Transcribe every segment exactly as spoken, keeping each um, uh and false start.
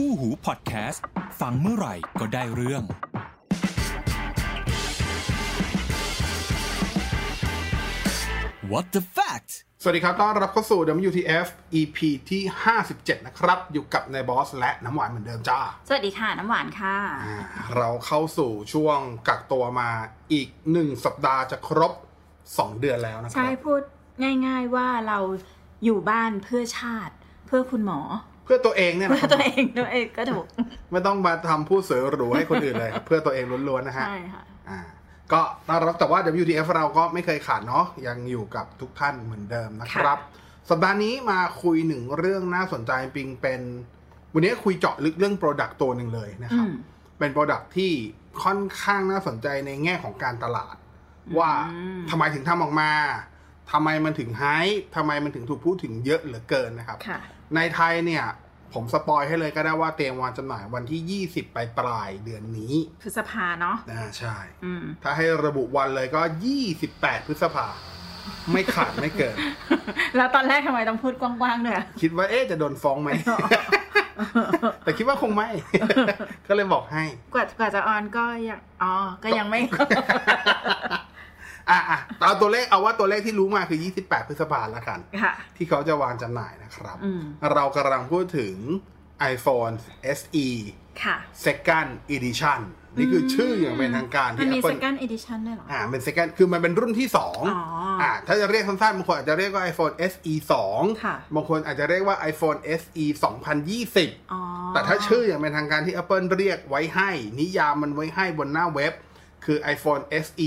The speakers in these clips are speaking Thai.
คู่หูพอดแคสต์ฟังเมื่อไหร่ก็ได้เรื่องWhat the fact สวัสดีครับต้อนรับเข้าสู่ ดับเบิลยู ที เอฟ อี พี ที่ห้าสิบเจ็ดนะครับอยู่กับนายบอสและน้ำหวานเหมือนเดิมจ้าสวัสดีค่ะน้ำหวานค่ะเราเข้าสู่ช่วงกักตัวมาอีกหนึ่งสัปดาห์จะครบสองเดือนแล้วนะครับใช่พูดง่ายๆว่าเราอยู่บ้านเพื่อชาติเพื่อคุณหมอเพื่อตัวเองเนี่ยนะเพื่อตัวเองตัวเองก็ถูกไม่ต้องมาทำผู้เสือหรูให้คนอื่นเลยครับเพื่อตัวเองล้วนๆนะฮะใช่ค่ะก็ต้อนรับแต่ว่า ดับเบิลยู ที เอฟ เราก็ไม่เคยขาดเนาะยังอยู่กับทุกท่านเหมือนเดิมนะครับสัปดาห์นี้มาคุยหนึ่งเรื่องน่าสนใจปิงเป็นวันนี้คุยเจาะลึกเรื่อง Product ตัวหนึ่งเลยนะครับเป็น Product ที่ค่อนข้างน่าสนใจในแง่ของการตลาดว่าทำไมถึงทำออกมาทำไมมันถึงไฮป์ทำไมมันถึงถูกพูดถึงเยอะเหลือเกินนะครับในไทยเนี่ยผมสปอยให้เลยก็ได้ว่าเตรียมวางจำหน่ายวันที่ยี่สิบปลายปลายเดือนนี้พฤษภาเนาะอ่าใช่ถ้าให้ระบุวันเลยก็ยี่สิบแปดพฤษภาไม่ขาดไม่เกินแล้วตอนแรกทำไมต้องพูดกว้างๆด้วยคิดว่าเอ๊ะจะโดนฟ้องไหม แต่คิดว่าคงไม่ ก็เลยบอกให้กว่ากว่าจะออนก็ยังอ๋อก็ยังไม่อ่ะอ่ะเอาตัวเลขเอาว่าตัวเลขที่รู้มาคือยี่สิบแปดพฤษภาคมแล้วกันที่เขาจะวางจำหน่ายนะครับเรากำลังพูดถึง iPhone เอส อีค่ะ Second Edition นี่คือชื่ออย่างเป็นทางการที่ Apple มันมี Second Edition ด้วยเหรออ่าเป็น Second คือมันเป็นรุ่นที่สองอ๋ออ่าถ้าจะเรียกสั้นๆบางคนอาจจะเรียกว่า iPhone เอส อี สองค่ะบางคนอาจจะเรียกว่า iPhone เอส อี สองพันยี่สิบอ๋อแต่ถ้าชื่ออย่างเป็นทางการที่ Apple เรียกไว้ให้นิยามมันไว้ให้บนหน้าเว็บคือ iPhone เอส อี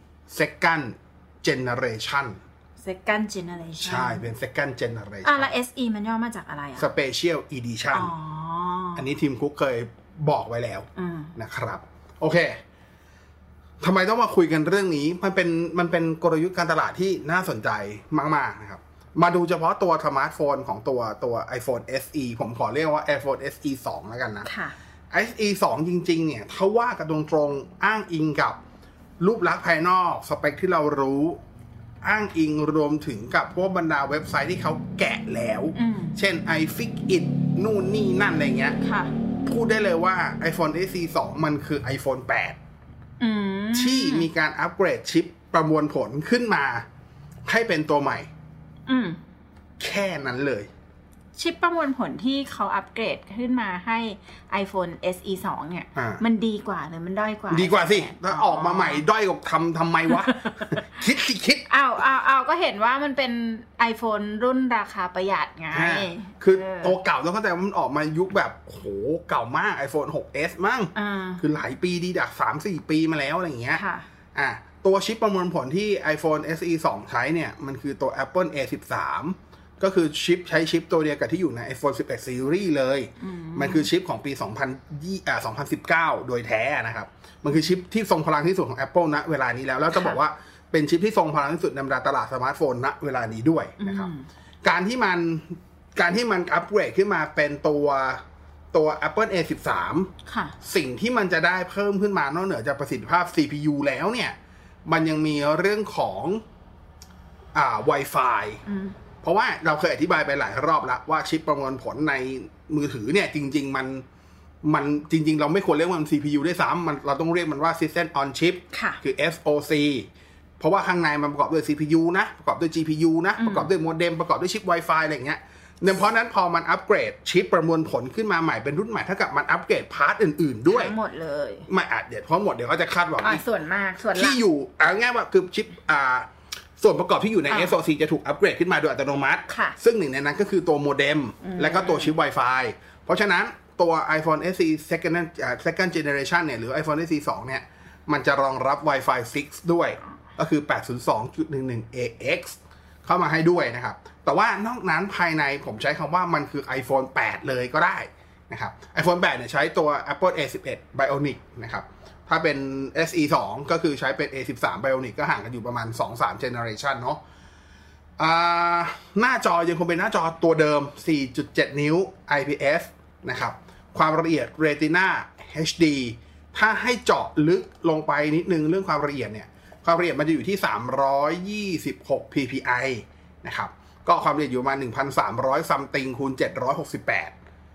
Second Generation Second Generation ใช่เป็น Second Generation อ่ะแล้ว เอส อี มันย่อมาจากอะไรอ่ะ Special Edition อ๋ออันนี้ทีมคุกเคยบอกไว้แล้วนะครับโอเคทำไมต้องมาคุยกันเรื่องนี้มันเป็นมันเป็นกลยุทธ์การตลาดที่น่าสนใจมากๆนะครับมาดูเฉพาะตัวสมาร์ทโฟนของตัวตัว iPhone เอส อี ผมขอเรียกว่า iPhone เอส อี สองแล้วกันนะค่ะ เอส อี สองจริงๆเนี่ยถ้าว่ากันตรงๆอ้างอิงกับรูปลักษณ์ภายนอกสเปคที่เรารู้อ้างอิงรวมถึงกับพวกบรรดาเว็บไซต์ที่เขาแกะแล้วเช่น iFixit นู่นนี่นั่นอะไรเงี้ยพูดได้เลยว่า iPhone เอส อี สองมันคือ iPhone แปดที่มีการอัปเกรดชิปประมวลผลขึ้นมาให้เป็นตัวใหม่แค่นั้นเลยชิปประมวลผลที่เขาอัปเกรดขึ้นมาให้ iPhone เอส อี สอง เนี่ยมันดีกว่าหรือมันด้อยกว่าดีกว่าสิถ้าออกมาใหม่ด้อยกว่าทำทำไมวะ คิดสิคิดอ้าวอ้าวอ้าวก็เห็นว่ามันเป็น iPhone รุ่นราคาประหยัดไงคือตัวเก่าต้องเข้าใจว่ามันออกมายุคแบบโหเก่ามาก iPhone หกเอส มั้งคือหลายปีดีดัก สามสี่ ปีมาแล้วอะไรอย่างเงี้ยอ่ะตัวชิปประมวลผลที่ iPhone เอส อี สอง ใช้เนี่ยมันคือตัว Apple เอ สิบสามก็คือชิปใช้ชิปตัวเดียวกับที่อยู่ใน iPhone สิบเอ็ด Series เลยมันคือชิปของปี สองพันยี่สิบ อ่า สองพันสิบเก้า โดยแท้นะครับมันคือชิปที่ทรงพลังที่สุดของ Apple ณเวลานี้แล้วแล้วจะบอกว่าเป็นชิปที่ทรงพลังที่สุดในบรรดาตลาดสมาร์ทโฟนณเวลานี้ด้วยนะครับการที่มันการที่มันอัปเกรดขึ้นมาเป็นตัวตัว Apple เอ สิบสาม ค่ะสิ่งที่มันจะได้เพิ่มขึ้นมานอกเหนือจากประสิทธิภาพ ซี พี ยู แล้วเนี่ยมันยังมีเรื่องของอ่า Wi-Fiเพราะว่าเราเคยอธิบายไปหลายรอบแล้วว่าชิปประมวลผลในมือถือเนี่ยจริงๆมันมันจริงๆเราไม่ควรเรียกมัน ซี พี ยู ด้วยซ้ำมันเราต้องเรียกมันว่า System on Chip คือ เอส โอ ซี เพราะว่าข้างในมันประกอบด้วย ซี พี ยู นะประกอบด้วย จี พี ยู นะประกอบด้วยโมเด็มประกอบด้วยชิป Wi-Fi อะไรอย่างเงี้ยเนี่ยเพราะนั้นพอมันอัปเกรดชิปประมวลผลขึ้นมาใหม่เป็นรุ่นใหม่เท่ากับมันอัปเกรดพาร์ทอื่นๆด้วยทั้งหมดเลยไม่อาจเดี๋ยวเพราะหมดเดี๋ยวเขาจะคาดหวังส่วนมากส่วนที่อยู่เอาง่ายๆว่าคือชิปอ่าส่วนประกอบที่อยู่ใน เอส โอ ซี จะถูกอัปเกรดขึ้นมาโดยอัตโนมัติซึ่งหนึ่งในนั้นก็คือตัวโมเด็มและก็ตัวชิป Wi-Fi เพราะฉะนั้นตัว iPhone เอส อี Second Second Generation เนี่ยหรือ iPhone เอส อี สองเนี่ยมันจะรองรับ Wi-Fi ซิกซ์ ด้วยก็คือ แปดศูนย์สอง จุดหนึ่งหนึ่ง เอ เอ็กซ์ เข้ามาให้ด้วยนะครับแต่ว่านอกนั้นภายในผมใช้คำว่ามันคือ iPhone แปดเลยก็ได้นะครับ iPhone แปดเนี่ยใช้ตัว Apple เอ สิบเอ็ด Bionic นะครับถ้าเป็น เอส อี สอง ก็คือใช้เป็น เอ สิบสาม Bionic ก็ห่างกันอยู่ประมาณ สองถึงสาม generation เนาะอ่าหน้าจอยังคงเป็นหน้าจอตัวเดิม สี่จุดเจ็ด นิ้ว ไอ พี เอส นะครับความละเอียด Retina เอช ดี ถ้าให้เจาะลึกลงไปนิดนึงเรื่องความละเอียดเนี่ยความละเอียดมันจะอยู่ที่สามร้อยยี่สิบหก พี พี ไอ นะครับก็ความละเอียดอยู่มา หนึ่งพันสามร้อย ซัมติงคูณเจ็ดร้อยหกสิบแปดอ่า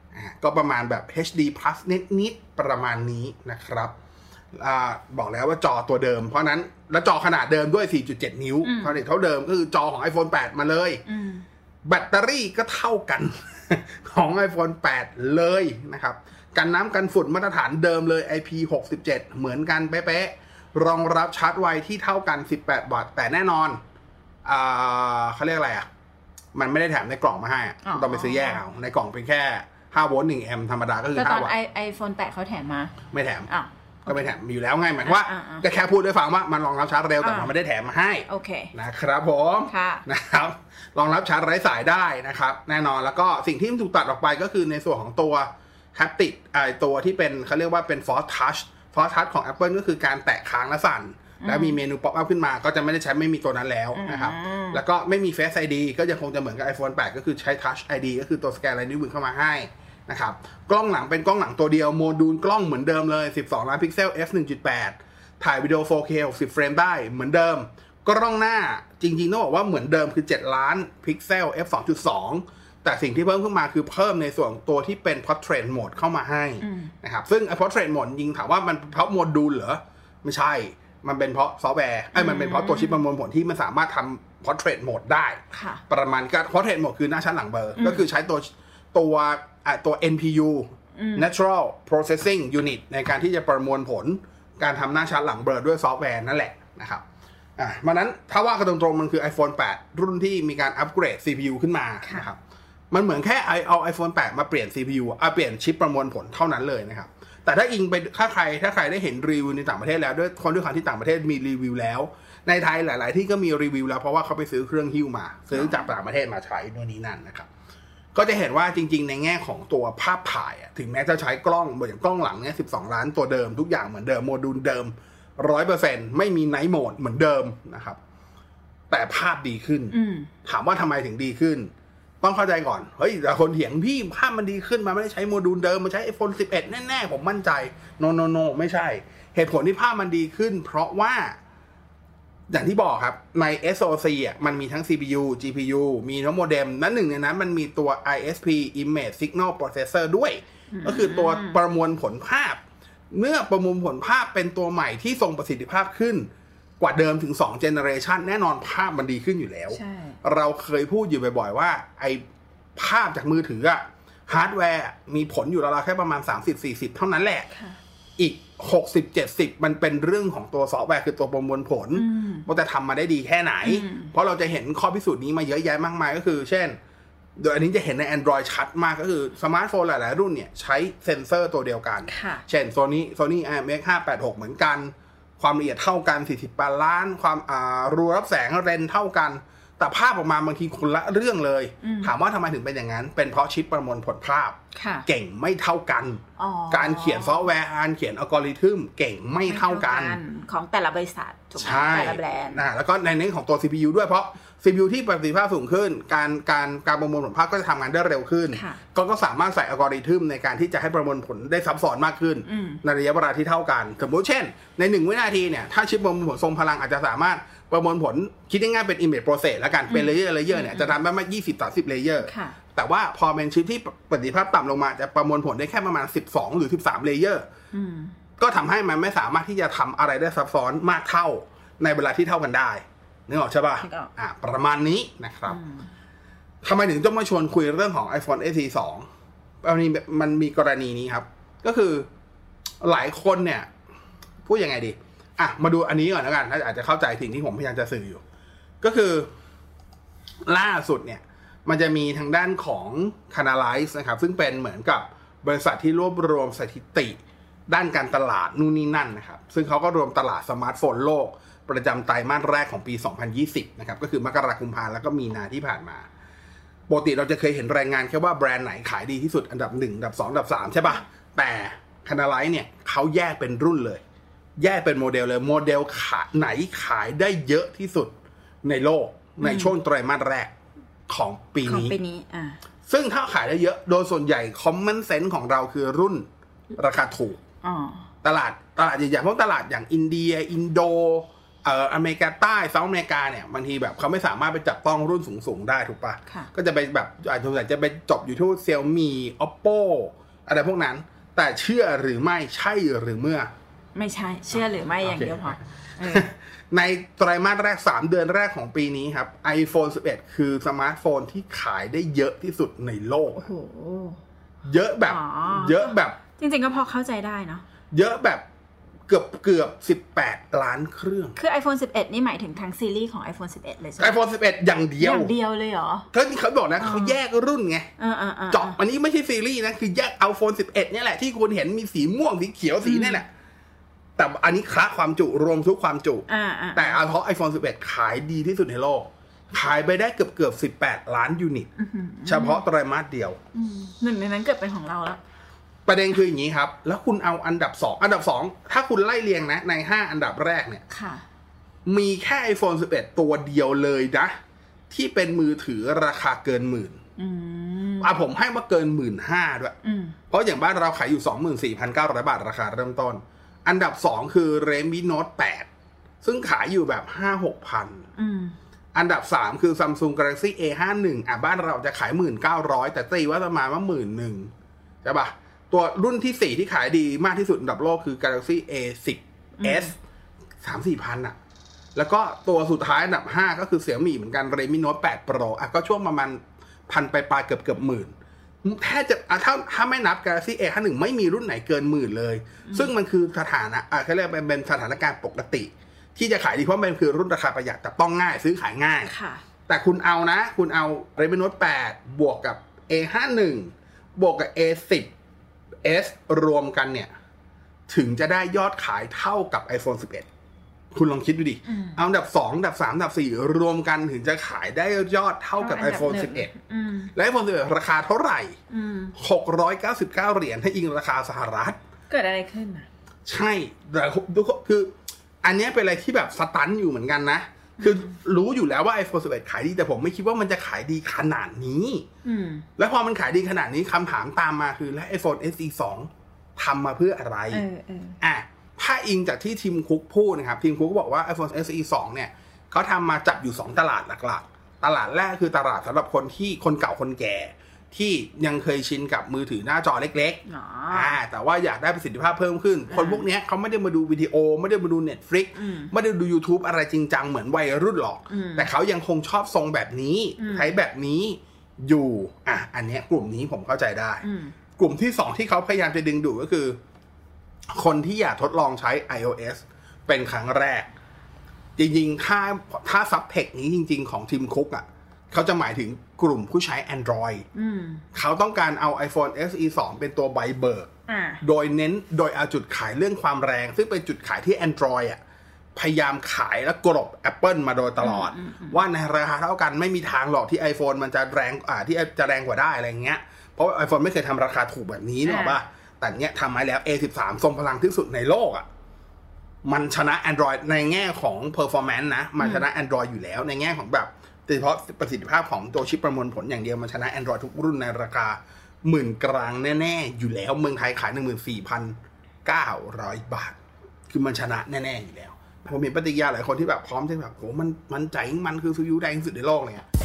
ก็ประมาณแบบ เอช ดี Plus นิดๆประมาณนี้นะครับอ่าบอกแล้วว่าจอตัวเดิมเพราะนั้นแล้วจอขนาดเดิมด้วย สี่จุดเจ็ด นิ้วขนาดเท่าเดิมก็คือจอของ iPhone แปดมาเลยแบตเตอรี่ก็เท่ากัน ของ iPhone แปดเลยนะครับกันน้ำกันฝุ่นมาตรฐานเดิมเลย ไอ พี หกสิบเจ็ด เหมือนกันเป๊ะๆรองรับชาร์จไวที่เท่ากันสิบแปดวัตต์แต่แน่นอนอ่าเขาเรียกอะไรอ่ะมันไม่ได้แถมในกล่องมาให้ต้องไปซื้อแยกเอาในกล่องเป็นแค่ห้าโวลต์หนึ่งแอมป์ธรรมดาก็คือห้าวัตต์แต่ตอน iPhone แปดเขาแถมมาไม่แถมอ้าวก็ไม่แถมอยู่แล้วไงหมายว่าก็แค่พูดด้วยฟังว่ามันรองรับชาร์จเร็วแต่มันไม่ได้แถมมาให้โอเคนะครับผมนะครับรองรับชาร์จไร้สายได้นะครับแน่นอนแล้วก็สิ่งที่ถูกตัดออกไปก็คือในส่วนของตัวแฮปติกไอตัวที่เป็นเขาเรียกว่าเป็น Force Touch Force Touch ของ Apple ก็คือการแตะค้างและสั่นแล้วมีเมนูป๊อปอัพขึ้นมาก็จะไม่ได้ใช้ไม่มีตัวนั้นแล้วนะครับแล้วก็ไม่มี Face ไอ ดี ก็ยังคงจะเหมือนกับ iPhone แปดก็คือใช้ Touch ไอ ดี ก็คือตัวสแกนลายนิ้วมือเข้ามาให้นะครับกล้องหลังเป็นกล้องหลังตัวเดียวโมดูลกล้องเหมือนเดิมเลยสิบสองล้านพิกเซล เอฟ หนึ่งจุดแปด ถ่ายวิดีโอ โฟร์เค หกสิบเฟรมได้เหมือนเดิมกล้องหน้าจริงๆต้องบอกว่าเหมือนเดิมคือเจ็ดล้านพิกเซล เอฟ สองจุดสอง แต่สิ่งที่เพิ่มขึ้นมาคือเพิ่มในส่วนตัวที่เป็น Portrait Mode เข้ามาให้นะครับซึ่ง Portrait Mode จริงถามว่ามันเพราะโมดูลเหรอไม่ใช่มันเป็นเพราะซอฟต์แวร์ไอ้มันเป็นเพราะตัวชิปประมวลผลที่มันสามารถทำ Portrait Mode ได้ประมาณการ Portrait Mode คือหน้าชั้นหลังเบลอก็คือใช้ตัวตัวตัว เอ็น พี ยู Natural Processing Unit ในการที่จะประมวลผลการทำหน้าชั้นหลังเบลอด้วยซอฟต์แวร์นั่นแหละนะครับอ่ะเพราะนั้นถ้าว่ากันตรงๆมันคือ iPhone แปด รุ่นที่มีการอัปเกรด ซี พี ยู ขึ้นมานะครับมันเหมือนแค่เอา iPhone แปด มาเปลี่ยน ซี พี ยู อ่ะเปลี่ยนชิปประมวลผลเท่านั้นเลยนะครับแต่ถ้าอิงไปถ้าใครถ้าใครได้เห็นรีวิวในต่างประเทศแล้วด้วยคนด้วยความที่ต่างประเทศมีรีวิวแล้วในไทยหลายๆที่ก็มีรีวิวแล้วเพราะว่าเขาไปซื้อเครื่องหิ้วมาซื้อจากต่างประเทศมาใช้โน่นนี่นั่นนะครับก็จะเห็นว่าจริงๆในแง่ของตัวภาพถ่ายถึงแม้จะใช้กล้องเหมือนกล้องหลังเนี่ยสิบสองล้านตัวเดิมทุกอย่างเหมือนเดิมโมดูลเดิม หนึ่งร้อยเปอร์เซ็นต์ ไม่มีไนท์โหมดเหมือนเดิมนะครับแต่ภาพดีขึ้นถามว่าทำไมถึงดีขึ้นต้องเข้าใจก่อนเฮ้ยแต่คนเถียงพี่ภาพมันดีขึ้นมาไม่ได้ใช้โมดูลเดิมมาใช้ iPhone สิบเอ็ดแน่ๆผมมั่นใจ no no no ไม่ใช่เหตุผลที่ภาพมันดีขึ้นเพราะว่าอย่างที่บอกครับใน เอส โอ ซี อ่ะมันมีทั้ง ซี พี ยู จี พี ยู มีทั้งโมเด็มและหนึ่งในนั้นมันมีตัว ไอ เอส พี Image Signal Processor ด้วยก็คือตัวประมวลผลภาพเมื่อประมวลผลภาพเป็นตัวใหม่ที่ทรงประสิทธิภาพขึ้นกว่าเดิมถึงสองเจเนอเรชันแน่นอนภาพมันดีขึ้นอยู่แล้วเราเคยพูดอยู่บ่อยๆว่าไอภาพจากมือถืออะฮาร์ดแวร์มีผลอยู่ราวๆแค่ประมาณ สามสิบสี่สิบ เท่านั้นแหละอีกหกสิบเจ็ดสิบมันเป็นเรื่องของตัวซอฟต์แวร์คือตัวประมวลผลว่าจะทำมาได้ดีแค่ไหนเพราะเราจะเห็นข้อพิสูจน์นี้มาเยอะแยะมากมายก็คือเช่นโดยอันนี้จะเห็นใน Android ชัดมากก็คือสมาร์ทโฟนหลายๆรุ่นเนี่ยใช้เซ็นเซอร์ตัวเดียวกันเช่น Sony Sony ไอ เอ็ม เอ็กซ์ ห้าแปดหกเหมือนกันความละเอียดเท่ากันสี่สิบแปดล้านความอ่ารูรับแสงเรนเท่ากันแต่ภาพออกมาบางทีคนละเรื่องเลยถามว่าทำไมถึงเป็นอย่างนั้นเป็นเพราะชิปประมวลผลภาพเก่งไม่เท่ากันการเขียนซอฟต์แวร์การเขียนอัลกอริทึมเก่งไม่เท่ากันของแต่ละบริษัทแต่ละแบรนด์นะแล้วก็ในเรื่องของตัว ซี พี ยู ด้วยเพราะ ซี พี ยู ที่ประสิทธิภาพสูงขึ้นการการการประมวลผลภาพก็จะทำงานได้เร็วขึ้นก็ก็สามารถใส่อัลกอริทึมในการที่จะให้ประมวลผลได้ซับซ้อนมากขึ้นในระยะเวลาที่เท่ากันสมมติเช่นในหนึ่งวินาทีเนี่ยถ้าชิปประมวลผลทรงพลังอาจจะสามารถประมวลผลคิดง่ายๆเป็น image process แล้วกันเป็นเลเยอร์เลเยอร์เนี่ยจะทำได้มายี่สิบต่อสิบเลเยอร์แต่ว่าพอเป็นชิปที่ประสิทธิภาพต่ำลงมาจะประมวลผลได้แค่ประมาณสิบสองหรือสิบสามเลเยอร์ก็ทำให้มันไม่สามารถที่จะทำอะไรได้ซับซ้อนมากเท่าในเวลาที่เท่ากันได้นึกออกใช่ป่ะอ่าประมาณนี้นะครับทำไมถึงต้องมาชวนคุยเรื่องของ iPhone เอส อี สองอันนี้มันมีกรณีนี้ครับก็คือหลายคนเนี่ยพูดยังไงดีอ่ะมาดูอันนี้ก่อนแล้วกันอาจจะเข้าใจสิ่งที่ผมพยายามจะสื่ออยู่ก็คือล่าสุดเนี่ยมันจะมีทางด้านของ Canalize นะครับซึ่งเป็นเหมือนกับบริษัทที่รวบรวมสถิติด้านการตลาดนู่นนี่นั่นนะครับซึ่งเขาก็รวมตลาดสมาร์ทโฟนโลกประจำไตรมาสแรกของปีสองพันยี่สิบนะครับก็คือมกราคมกุมภาพันธ์แล้วก็มีนาที่ผ่านมาปกติเราจะเคยเห็นรายงานแค่ว่าแบรนด์ไหนขายดีที่สุดอันดับหนึ่งอันดับสองอันดับสามใช่ป่ะแต่ Canalize เนี่ยเขาแยกเป็นรุ่นเลยแยกเป็นโมเดลเลยโมเดลขาไหนขายได้เยอะที่สุดในโลกในช่วงไตรมาสแรกของปีนี้ของปีนี้อ่าซึ่งถ้าขายได้เยอะโดยส่วนใหญ่ common sense ของเราคือรุ่นราคาถูกตลาดตลาดใหญ่ๆพวกตลาดอย่างอินเดียอินโดเอ่ออเมริกาใต้เซาท์อเมริกาเนี่ยบางทีแบบเขาไม่สามารถไปจับต้องรุ่นสูงๆได้ถูกปะก็จะไปแบบอาจจะจะไปจบอยู่ที่ Xiaomi Oppo อะไรพวกนั้นแต่เชื่อหรือไม่ใช่หรือเมื่อไม่ใช่เชื่อหรือไม่อย่างเดียวพอในไตรมาสแรกสามเดือนแรกของปีนี้ครับ iPhone สิบเอ็ดคือสมาร์ทโฟนที่ขายได้เยอะที่สุดในโลกโอ้โหเยอะแบบเยอะแบบจริงๆก็พอเข้าใจได้เนาะเยอะแบบเกือบเกือบสิบแปดล้านเครื่องคือ iPhone สิบเอ็ดนี่หมายถึงทั้งซีรีส์ของ iPhone สิบเอ็ดเลยใช่ไหม iPhone สิบเอ็ดอย่างเดียวอย่างเดียวเลยเหรอก็ที่เขาบอกนะเขาแยกรุ่นไงเจาะอันนี้ไม่ใช่ซีรีส์นะคือแยก iPhone สิบเอ็ดเนี่ยแหละที่คุณเห็นมีสีม่วงสีเขียวสีนี่แหละแต่อันนี้คละความจุรวมทุกความจุแต่เอาเพราะ iPhone สิบเอ็ดขายดีที่สุดในโลกขายไปได้เกือบเกือบสิบแปดล้านยูนิตเฉพาะไตรมาสเดียวหนึ่งในนั้นเกือบเป็นของเราแล้วประเด็นคืออย่างนี้ครับแล้วคุณเอาอันดับสองอันดับสองถ้าคุณไล่เรียงนะในห้าอันดับแรกเนี่ยมีแค่ iPhone สิบเอ็ดตัวเดียวเลยนะที่เป็นมือถือราคาเกินหมื่นอ่ะผมให้มาเกินหมื่นห้าด้วยเพราะอย่างบ้านเราขายอยู่ สองหมื่นสี่พันเก้าร้อย บาทราคาเริ่มต้นอันดับสองคือ Redmi Note แปดซึ่งขายอยู่แบบ ห้าหกพัน อันดับสามคือ Samsung Galaxy เอ ห้าสิบเอ็ด อ่ะบ้านเราจะขาย หนึ่งพันเก้าร้อย แต่ตีว่าประมาณว่า หนึ่งหมื่น ใช่ป่ะตัวรุ่นที่สี่ที่ขายดีมากที่สุดอันดับโลกคือ Galaxy เอ สิบ เอส สามสี่พัน อ่ะแล้วก็ตัวสุดท้ายอันดับห้าก็คือ Xiaomi เหมือนกัน Redmi Note แปด Pro อ่ะก็ช่วงประมาณพันปลายๆเกือบๆหมื่นแค่จะถ้าถ้าไม่นับ Galaxy เอ ห้าสิบเอ็ด ไม่มีรุ่นไหนเกินหมื่นเลยซึ่งมันคือสถานะอ่ะเขาเรียกเป็นสถานการณ์ปกติที่จะขายดีเพราะมันคือรุ่นราคาประหยัดแต่ต้องง่ายซื้อขายง่ายแต่คุณเอานะคุณเอา Redmi Note แปดบวกกับ เอ ห้าสิบเอ็ด บวกกับ เอ สิบ เอส รวมกันเนี่ยถึงจะได้ยอดขายเท่ากับ iPhone สิบเอ็ดคุณลองคิดดูดิเอาอันดับสองอันดับสามอันดับสี่รวมกันถึงจะขายได้ยอดเท่ากับ iPhone สิบเอ็ดและ iPhone สิบเอ็ดราคาเท่าไหร่หกร้อยเก้าสิบเก้าเหรียญถ้าอิงราคาสหรัฐเกิดอะไรขึ้นอ่ะใช่แต่คืออันนี้เป็นอะไรที่แบบสตันอยู่เหมือนกันนะคือรู้อยู่แล้วว่า iPhone สิบเอ็ดขายดีแต่ผมไม่คิดว่ามันจะขายดีขนาดนี้แล้วพอมันขายดีขนาดนี้คำถามตามมาคือแล้ว iPhone เอส อี สองทำมาเพื่ออะไรอ่ะถ้าอิงจากที่ทีมคุกพูดนะครับทีมคุกบอกว่า iPhone เอส อี สองเนี่ยเขาทำมาจับอยู่สองตลาดหลักๆตลาดแรกคือตลาดสำหรับคนที่คนเก่าคนแก่ที่ยังเคยชินกับมือถือหน้าจอเล็กๆอ่าแต่ว่าอยากได้ประสิทธิภาพเพิ่มขึ้นคนพวกนี้เขาไม่ได้มาดูวิดีโอไม่ได้มาดู Netflix ไม่ได้ดู YouTube อะไรจริงจังเหมือนวัยรุ่นหรอกแต่เขายังคงชอบทรงแบบนี้ใช้แบบนี้อยู่อ่ะอันนี้กลุ่มนี้ผมเข้าใจได้กลุ่มที่สองที่เขาพยายามจะดึงดูดก็คือคนที่อยากทดลองใช้ iOS เป็นครั้งแรกจริงๆถ้าถ้าซับเทคนี้จริงๆของทีมคุกอ่ะเขาจะหมายถึงกลุ่มผู้ใช้ Android เขาต้องการเอา iPhone เอส อี สองเป็นตัวใบเบิกโดยเน้นโดยเอาจุดขายเรื่องความแรงซึ่งเป็นจุดขายที่ Android อ่ะพยายามขายและกลบ Apple มาโดยตลอดว่าในราคาเท่ากันไม่มีทางหรอกที่ iPhone มันจะแรงอ่าที่จะแรงกว่าได้อะไรเงี้ยเพราะ iPhone ไม่เคยทำราคาถูกแบบนี้หรอกป่ะแต่เนี้ยทำมาแล้ว เอ สิบสาม ทรงพลังที่สุดในโลกอ่ะมันชนะ Android ในแง่ของ performance นะมันชนะ Android อยู่แล้วในแง่ของแบบโดยเฉพาะประสิทธิภาพของตัวชิปประมวลผลอย่างเดียวมันชนะ Android ทุกรุ่นในราคาหมื่นกลางแน่ๆอยู่แล้วเมืองไทยขาย หนึ่งหมื่นสี่พันเก้าร้อย บาทคือมันชนะแน่ๆอยู่แล้วผมเห็นปฏิกิริยาหลายคนที่แบบพร้อมที่แบบโหมันมันใจมันคือซี พี ยู แรงที่สุดในโลกเลยอ่ะ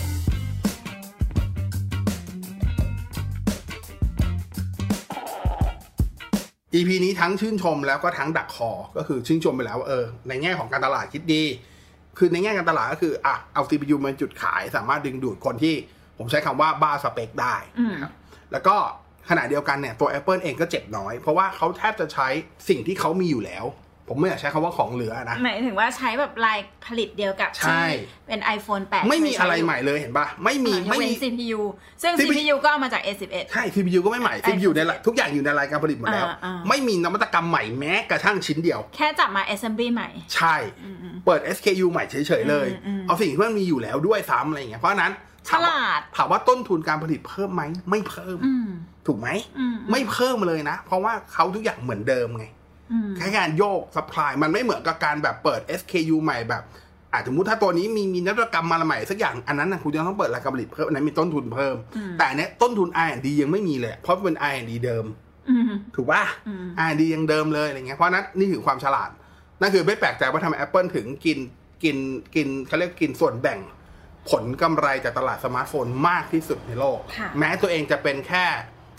อี พี นี้ทั้งชื่นชมแล้วก็ทั้งดักคอก็คือชื่นชมไปแล้วเออในแง่ของการตลาดคิดดีคือในแง่การตลาดก็คืออ่ะเอา ซี พี ยู มาจุดขายสามารถดึงดูดคนที่ผมใช้คำว่าบ้าสเปคได้นะครับแล้วก็ขณะเดียวกันเนี่ยตัว Apple เองก็เจ็บน้อยเพราะว่าเขาแทบจะใช้สิ่งที่เขามีอยู่แล้วผมไม่อยากใช้คำว่าของเหลือนะหมายถึงว่าใช้แบบลายผลิตเดียวกับที่เป็น iPhone แปดไม่มีอะไรใหม่เลยเห็นป่ะไม่มีไม่มี ซี พี ยู ซึ่ง ซี พี ยู ก็เอามาจาก เอ สิบเอ็ดใช่ ซี พี ยู ก็ไม่ใหม่ ซี พี ยู ในทุกอย่างอยู่ในรายการผลิตหมดแล้วไม่มีนวัตกรรมใหม่แม้กระทั่งชิ้นเดียวแค่จับมา Assembly ใหม่ใช่เปิด เอส เค ยู ใหม่เฉยๆเลยเอาสิ่งที่มันมีอยู่แล้วด้วยซ้ำอะไรอย่างเงี้ยเพราะนั้นฉลาดถามว่าต้นทุนการผลิตเพิ่มไหมไม่เพิ่มถูกไหมไม่เพิ่มเลยนะเพราะว่าเขาทุกอย่างเหมือนเดิมไงแค่การโยกซัพพลายมันไม่เหมือนกับการแบบเปิด เอส เค ยู ใหม่แบบอาจจะสมมติถ้าตัวนี้มีมีนวัตกรรมมาใหม่สักอย่างอันนั้นนะคุณจะต้องเปิดรายการผลิตเพิ่มอันนั้นมีต้นทุนเพิ่มแต่เนี้ยต้นทุน อาร์ แอนด์ ดี ยังไม่มีเลยเพราะเป็น อาร์ แอนด์ ดี เดิมถูกป่ะ อาร์ แอนด์ ดี ยังเดิมเลยอะไรเงี้ยเพราะนั้นนี่คือความฉลาดนั่นคือไม่แปลกใจว่าทำไม Apple ถึงกินกินกินเขาเรียกกินส่วนแบ่งผลกำไรจากตลาดสมาร์ทโฟนมากที่สุดในโลกแม้ตัวเองจะเป็นแค่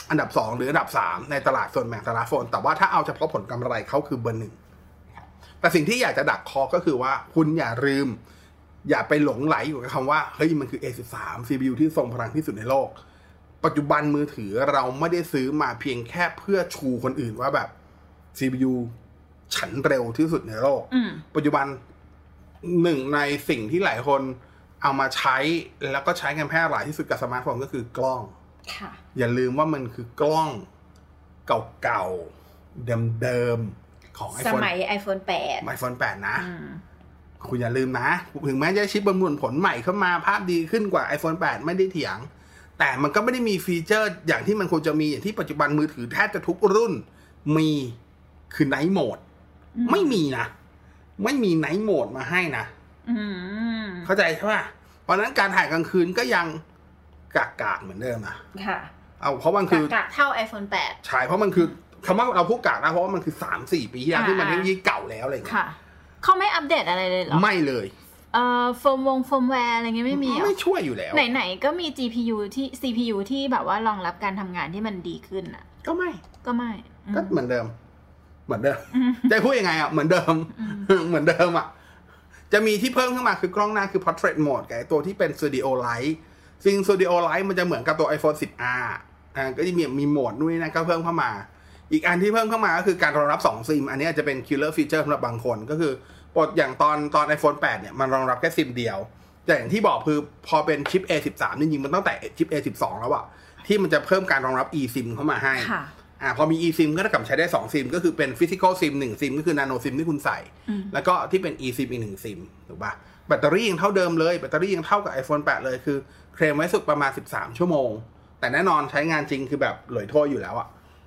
อันดับสองหรืออันดับสามในตลาดส่วนแบ่งสมาร์ทโฟนแต่ว่าถ้าเอาเฉพาะผลกำไรเขาคือเบอร์หนึ่งแต่สิ่งที่อยากจะดักคอก็คือว่าคุณอย่าลืมอย่าไปหลงไหลอยู่กับคำว่าเฮ้ยมันคือ เอ สิบสาม ซี พี ยู ที่ทรงพลังที่สุดในโลกปัจจุบันมือถือเราไม่ได้ซื้อมาเพียงแค่เพื่อชูคนอื่นว่าแบบ ซี พี ยู ฉันเร็วที่สุดในโลกปัจจุบันหนึ่งในสิ่งที่หลายคนเอามาใช้แล้วก็ใช้กันแพร่หลายที่สุดกับสมาร์ทโฟนก็คือกล้องอย่าลืมว่ามันคือกล้องเก่าๆเดิมๆของ iPhone สมัย iPhone แปด iPhone แปดนะคุณอย่าลืมนะถึงแม้จะชิปประมวลผลใหม่เข้ามาภาพดีขึ้นกว่า iPhone แปดไม่ได้เถียงแต่มันก็ไม่ได้มีฟีเจอร์อย่างที่มันควรจะมีอย่างที่ปัจจุบันมือถือแทบจะทุกรุ่นมีคือ Night Mode ไม่มีนะไม่มี Night Mode มาให้นะเข้าใจใช่ป่ะเพราะนั้นการถ่ายกลางคืนก็ยังกากๆเหมือนเดิมนะค่ะเอาเพราะมันคือกากเท่า iPhone แปดใช่เพราะมันคือคำว่าเราพูดกากนะเพราะว่ามันคือ สามสี่ ปีที่แล้วที่มันยิ่งเก่าแล้วอะไรอย่างเงี้ยเขาไม่อัปเดตอะไรเลยเหรอไม่เลยเอ่อเฟิร์มวงเฟิร์มแวร์อะไรเงี้ยไม่มีไม่ช่วยอยู่แล้วไหนๆก็มี จี พี ยู ที่ ซี พี ยู ที่แบบว่ารองรับการทำงานที่มันดีขึ้นอ่ะก็ไม่ก็ไม่ก็เหมือนเดิมเหมือนเดิมจะพูดยังไงอ่ะเหมือนเดิมเหมือนเดิมอ่ะจะมีที่เพิ่มขึ้นมาคือกล้องหน้าคือ Portrait Mode กับตัวที่เป็น Studio Light ซึ่ง Studio Light มันจะเหมือนกับตัว iPhone สิบ อาร์ อ่าก็จะมีมีโหมดนู่นนะก็เพิ่มเข้ามาอีกอันที่เพิ่มเข้ามาก็คือการรองรับสองซิมอันนี้อาจจะเป็น killer feature สำหรับบางคนก็คือปกติอย่างตอนตอน iPhone แปดเนี่ยมันรองรับแค่ซิมเดียวแต่อย่างที่บอกคือพอเป็นชิป เอ สิบสาม จริงๆมันตั้งแต่ชิป เอ สิบสอง แล้วอะที่มันจะเพิ่มการรองรับ eSIM เข้ามาให้อ่าพอมี eSIM ก็เท่ากับใช้ได้สองซิมก็คือเป็น physical SIM หนึ่งซิมก็คือ nano SIM ที่คุณใส่แล้วก็ที่เป็น eSIM อีกหนึ่งซิมถูกป่ะแบตเตอรี่ยังเท่าเดิมเลยแบตเตอรี่ยังเท่ากับ iPhone แปดเลยคือเคลมไว้สุดประมาณสิบสามชั่วโมงแต่แน่นอนใช้งานจริงคือแบบหลอยโทษอยู่แล้วอะ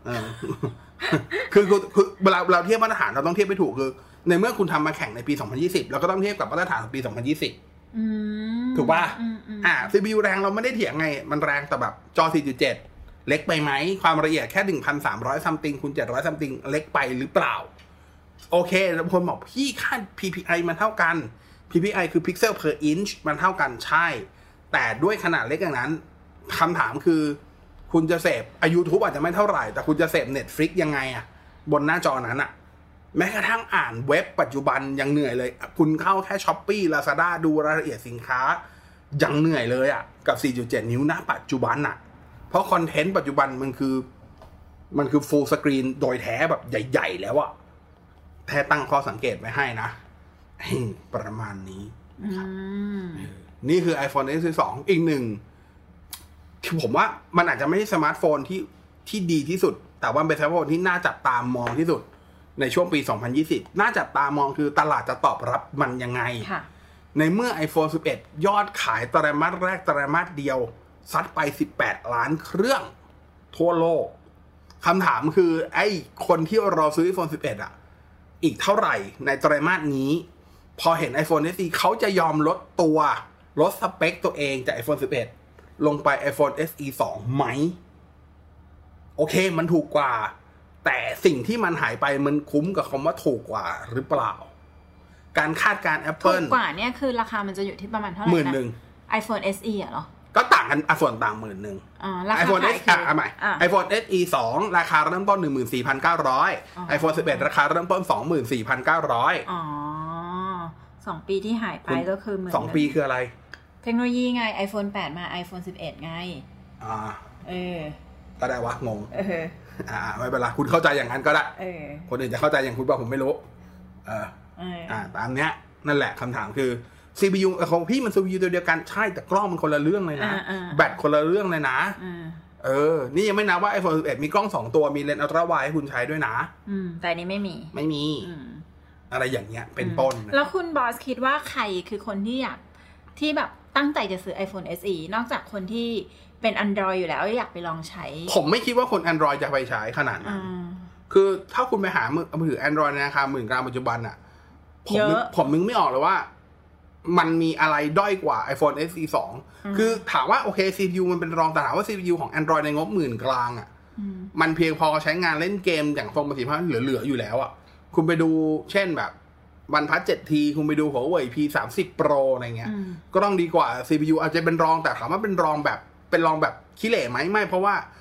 คือคือเวลาเราเทียบมาตรฐานเราต้องเทียบไปถูกคือในเมื่อคุณทำมาแข่งในปีสองพันยี่สิบเราก็ต้องเทียบกับมาตรฐานของปีสองพันยี่สิบถูกป่ะอ่า ซี พี ยู แรงเราไม่ได้เถียงไงมันแรงแต่แบบจอ สี่จุดเจ็ด เล็กไปไหมความละเอียดแค่ หนึ่งพันสามร้อย ซัมติงคูณเจ็ดร้อยซัมติงเล็กไปหรือเปล่าโอเคแล้วคนบอกพี่ค่า พี พี ไอ มันเท่ากัน พี พี ไอ คือ pixel per inch มันเท่ากันใช่แต่ด้วยขนาดเล็กอย่างนั้นคำถามคือคุณจะเสพอายุ YouTube อาจจะไม่เท่าไหร่แต่คุณจะเสพ Netflix ยังไงอะบนหน้าจอนั้นอะแม้กระทั่งอ่านเว็บปัจจุบันยังเหนื่อยเลยคุณเข้าแค่ Shopee Lazada ดูรายละเอียดสินค้ายังเหนื่อยเลยอะกับ สี่จุดเจ็ด นิ้วณปัจจุบันอะเพราะคอนเทนต์ปัจจุบันมันคือมันคือ full screen โดยแท้แบบใหญ่ๆแล้วอะแท้ตั้งข้อสังเกตไว้ให้นะประมาณนี้นี่คือ iPhone เอส สอง อีกหนึ่งคือผมว่ามันอาจจะไม่ใช่สมาร์ทโฟนที่ที่ดีที่สุดแต่ว่าเป็นสมาร์ทโฟนที่น่าจับตามองที่สุดในช่วงปีสองพันยี่สิบน่าจับตามองคือตลาดจะตอบรับมันยังไงในเมื่อ iPhone สิบเอ็ด ยอดขายไตรมาสแรกไตรมาสเดียวซัดไปสิบแปดล้านเครื่องทั่วโลกคำถามคือไอ้คนที่รอซื้อ iPhone สิบเอ็ด อ่ะอีกเท่าไหร่ในไตรมาสนี้พอเห็น iPhone เอส อี เขาจะยอมลดตัวลดสเปคตัวเองจาก iPhone สิบเอ็ดลงไป iPhone เอส อี สอง ไหมโอเคมันถูกกว่าแต่สิ่งที่มันหายไปมันคุ้มกับคำว่าถูกกว่าหรือเปล่าการคาดการณ์ Apple ถูกกว่าเนี่ยคือราคามันจะอยู่ที่ประมาณเท่าไหร่นะหมื่นหนึ่ง iPhone เอส อี อ่ะเหรอก็ต่างกันอ่ะส่วนต่างหมื่นหนึ่งอ่าราคา iPhone เอส อ่ะใหม่ iPhone เอส อี สอง ราคาเริ่มต้น หนึ่งหมื่นสี่พันเก้าร้อย iPhone สิบเอ็ด ราคาเริ่มต้น สองหมื่นสี่พันเก้าร้อยอ๋อสองปีที่หายไปก็คือหมื่นสองปีคืออะไรเทคโนโลยีไง iPhone แปดมา iPhone สิบเอ็ดไงอ่าเออก็ได้วะงงเอออ่าไม่เป็นไรคุณเข้าใจอย่างนั้นก็ได้เออคนอื่นจะเข้าใจอย่างคุณป่ะผมไม่รู้เอออ่าตามเนี้ยนั่นแหละคำถามคือ ซี พี ยู ของพี่มัน ซี พี ยู ตัวเดียวกันใช่แต่กล้องมันคนละเรื่องเลยนะแบตคนละเรื่องเลยนะเออนี่ยังไม่นับว่า iPhone สิบเอ็ด มีกล้องสองตัวมีเลนส์อัลตร้าไวด์ให้คุณใช้ด้วยนะอืมแต่นี้ไม่มีไม่มีอะไรอย่างเงี้ยเป็นต้นแล้วคุณบอสคิดว่าใครคือคนที่อยากที่แบบตั้งใจจะซื้อ iPhone เอส อี นอกจากคนที่เป็น Android อยู่แล้วอยากไปลองใช้ผมไม่คิดว่าคน Android จะไปใช้ขนาดนั้นคือถ้าคุณไปหามือถือ Android ในราคาหมื่นกลางปัจจุบันอ่ะผมผมนึกไม่ออกเลยว่ามันมีอะไรด้อยกว่า iPhone เอส อี สอง คือถามว่าโอเค ซี พี ยู มันเป็นรองแต่ถามว่า ซี พี ยู ของ Android ในงบหมื่นกลางอ่ะมันเพียงพอใช้งานเล่นเกมอย่างทรงประสิทธิภาพเหลือๆอยู่แล้วอ่ะคุณไปดูเช่นแบบวันพัด เจ็ดที คุณไปดูหัวเว่ย พี สามสิบ Pro อะไรเงี้ยก็ต้องดีกว่า ซี พี ยู อาจจะเป็นรองแต่ถามว่าเป็นรองแบบเป็นรองแบบขี้เหร่ไหมไม่เพราะว่า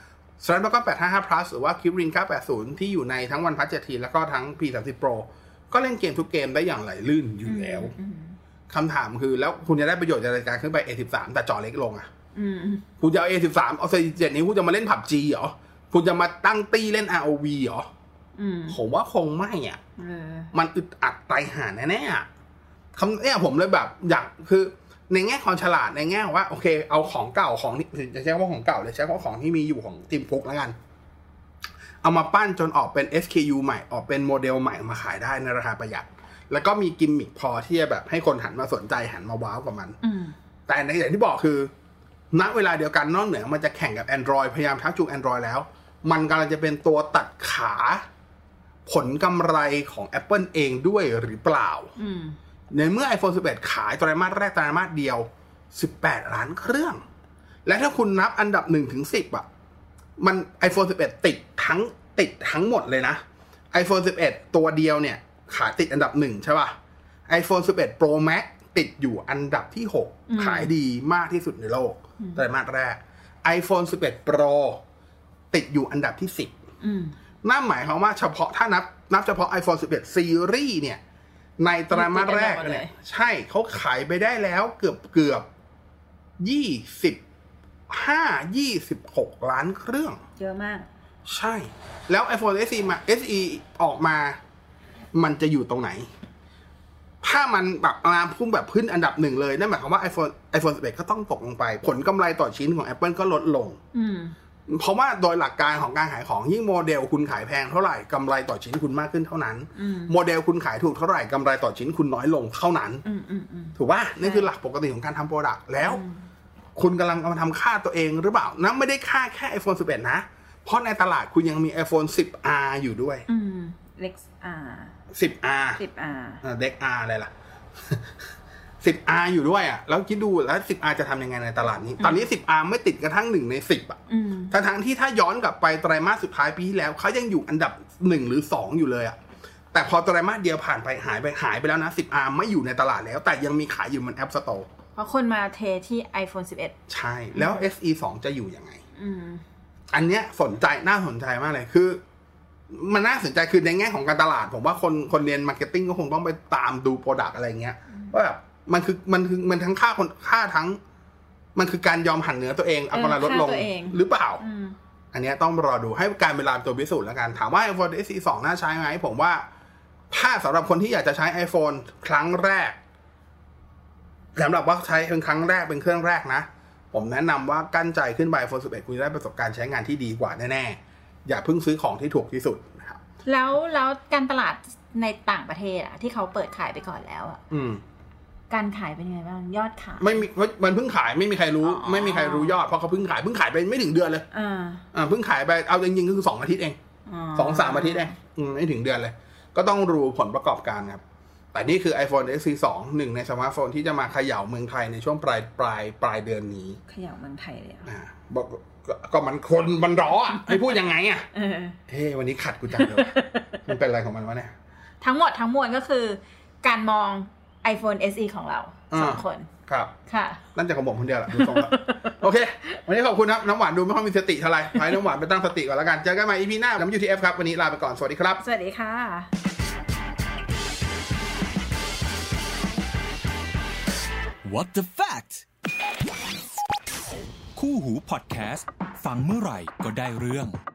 Snapdragon แปดห้าห้า Plus หรือว่า Kirin เก้าแปดศูนย์ที่อยู่ในทั้ง OnePlus เจ็ด ที แล้วก็ทั้ง พี สามสิบ Pro ก็เล่นเกมทุกเกมได้อย่างไหลลื่นอยู่แล้วคำถามคือแล้วคุณจะได้ประโยชน์จากการขึ้นไป เอ สิบสาม แต่จอเล็กลงอ่ะคุณจะเอา เอ สิบสาม เอา สี่สิบเจ็ด นี้คุณจะมาเล่น พับจี เหรอคุณจะมาตั้งตี้เล่น อาร์ โอ วี เหรอผมว่าคงไม่อ่ะมันอึดอัดตายห่าแน่ๆคำเนี่ยผมเลยแบบอยากคือในแง่ความฉลาดในแง่ว่าโอเคเอาของเก่าของที่จะใช้คำว่าของเก่าเลยใช้คำว่าของที่มีอยู่ของทีมฟุกแล้วกันเอามาปั้นจนออกเป็น เอส เค ยู ใหม่ออกเป็นโมเดลใหม่มาขายได้ในราคาประหยัดแล้วก็มีกิมมิคพอที่จะแบบให้คนหันมาสนใจหันมาว้าวกับมันแต่ในอย่างที่บอกคือณเวลาเดียวกันนอกเหนือมันจะแข่งกับ Android พยายามชักจูง Android แล้วมันกำลังจะเป็นตัวตัดขาผลกำไรของ Apple เองด้วยหรือเปล่าในเมื่อ iPhone สิบเอ็ด ขายไตรมาสแรกไตรมาสเดียวสิบแปดล้านเครื่องและถ้าคุณนับอันดับหนึ่งถึงสิบอ่ะมัน iPhone สิบเอ็ด ติดทั้งติดทั้งหมดเลยนะ iPhone สิบเอ็ด ตัวเดียวเนี่ยขายติดอันดับหนึ่งใช่ป่ะ iPhone สิบเอ็ด Pro Max ติดอยู่อันดับที่หกขายดีมากที่สุดในโลกไตรมาสแรก iPhone สิบเอ็ด Pro ติดอยู่อันดับที่สิบนั่นหมายความว่าเฉพาะถ้านับนับเฉพาะ iPhone สิบเอ็ด Series เนี่ยในไตรมาสแรกเนี่ยใช่เขาขายไปได้แล้วเกือบเกือบยี่สิบห้า ยี่สิบหกล้านเครื่องเยอะมากใช่แล้ว iPhone เอส อี มา เอส อี ออกมามันจะอยู่ตรงไหนถ้ามันแบบมาพุ่งแบบขึ้นอันดับหนึ่งเลยนั่นหมายความว่า iPhone iPhone สิบเอ็ดก็ต้องตกลงไปผลกำไรต่อชิ้นของ Apple ก็ลดลงเพราะว่าโดยหลักการของการขายของยิ่งโมเดลคุณขายแพงเท่าไหร่กำไรต่อชิ้นคุณมากขึ้นเท่านั้นโมเดลคุณขายถูกเท่าไหร่กำไรต่อชิ้นคุณน้อยลงเท่านั้นถูกป่ะนี่คือหลักปกติของการทำโปรดักต์แล้วคุณกำลังเอามาทำค่าตัวเองหรือเปล่านั่นไม่ได้ค่าแค่ iPhone สิบเอ็ด นะเพราะในตลาดคุณยังมี iPhone สิบ อาร์ อยู่ด้วย Lex R สิบ อาร์สิบ อาร์อ่า Lex R อะไรล่ะ สิบ อาร์ อยู่ด้วยอ่ะแล้วคิดดูแล้ว สิบ อาร์ จะทำยังไงในตลาดนี้ตอนนี้ สิบ อาร์ ไม่ติดกระทั่งหนึ่งในสิบอ่ะทั้งๆที่ถ้าย้อนกลับไปไตรมาสสุดท้ายปีที่แล้วเขายังอยู่อันดับหนึ่งหรือสองอยู่เลยอ่ะแต่พอไตรมาสเดียวผ่านไปหายไปหายไปแล้วนะ สิบ อาร์ ไม่อยู่ในตลาดแล้วแต่ยังมีขายอยู่บน App Store เพราะคนมาเทที่ iPhone สิบเอ็ดใช่แล้ว เอส อี สอง จะอยู่ยังไงอันเนี้ยสนใจน่าสนใจมากเลยคือมันน่าสนใจคือในแง่ของการตลาดผมว่าคนคนเรียนมาร์เก็ตติ้งก็คงต้องไปตามดูโปรดักต์อะไรเงี้ยว่าแบบมันคือมันคือมันทั้งค่าคนค่าทั้งมันคือการยอมหันเหนือตัวเองเอากำลังลดลงหรือเปล่าอันนี้ต้องรอดูให้การเวลาตัวพิสูจน์แล้วกันถามว่า iPhone เอส อี สอง น่าใช้ไหมผมว่าถ้าสำหรับคนที่อยากจะใช้ iPhone ครั้งแรกสำหรับว่าใช้เป็นครั้งแรกเป็นเครื่องแรกนะผมแนะนำว่ากั้นใจขึ้นไป iPhone สิบเอ็ดคุณจะได้ประสบการณ์ใช้งานที่ดีกว่าแน่ๆอย่าเพิ่งซื้อของที่ถูกที่สุดนะครับแล้วแล้วการตลาดในต่างประเทศอะที่เขาเปิดขายไปก่อนแล้วอะการขายเป็นยังไงบ้างยอดขายไม่มีมันเพิ่งขายไม่มีใครรู้ไม่มีใครรู้ยอดเพราะเขาเพิ่งขายเพิ่งขายไปไม่ถึงเดือนเลยอ่าอ่าเพิ่งขายไปเอาจริงๆก็คือสองอาทิตย์เองสองสามอาทิตย์เองไม่ถึงเดือนเลยก็ต้องดูผลประกอบการครับแต่นี่คือ iPhone เอส อี สอง หนึ่งในสมาร์ทโฟนที่จะมาเขย่าเมืองไทยในช่วงปลายปลายปลายเดือนนี้เขย่าเมืองไทยเลยอ่าบอกก็มันคนมันร้ออ่ะให้พูดยังไงอ่ะเออเฮ้วันนี้ขัดกูจังเลยมันเป็นอะไรของมันวะเนี่ยทั้งหมดทั้งมวลก็คือการมอง iPhone เอส อี ของเราสองคนครับค่ะนั่นจะของผมคนเดียวแหละดูทรงแล้วโอเควันนี้ขอบคุณครับน้ำหวานดูไม่ค่อยมีสติเท่าไหร่ให้น้ำหวานไปตั้งสติก่อนแล้วกันเจอกันใหม่ อี พี หน้า ดับเบิลยู ที เอฟ ครับวันนี้ลาไปก่อนสวัสดีครับสวัสดีค่ะ What the fact คู่หูพอดแคสต์ฟังเมื่อไหร่ก็ได้เรื่อง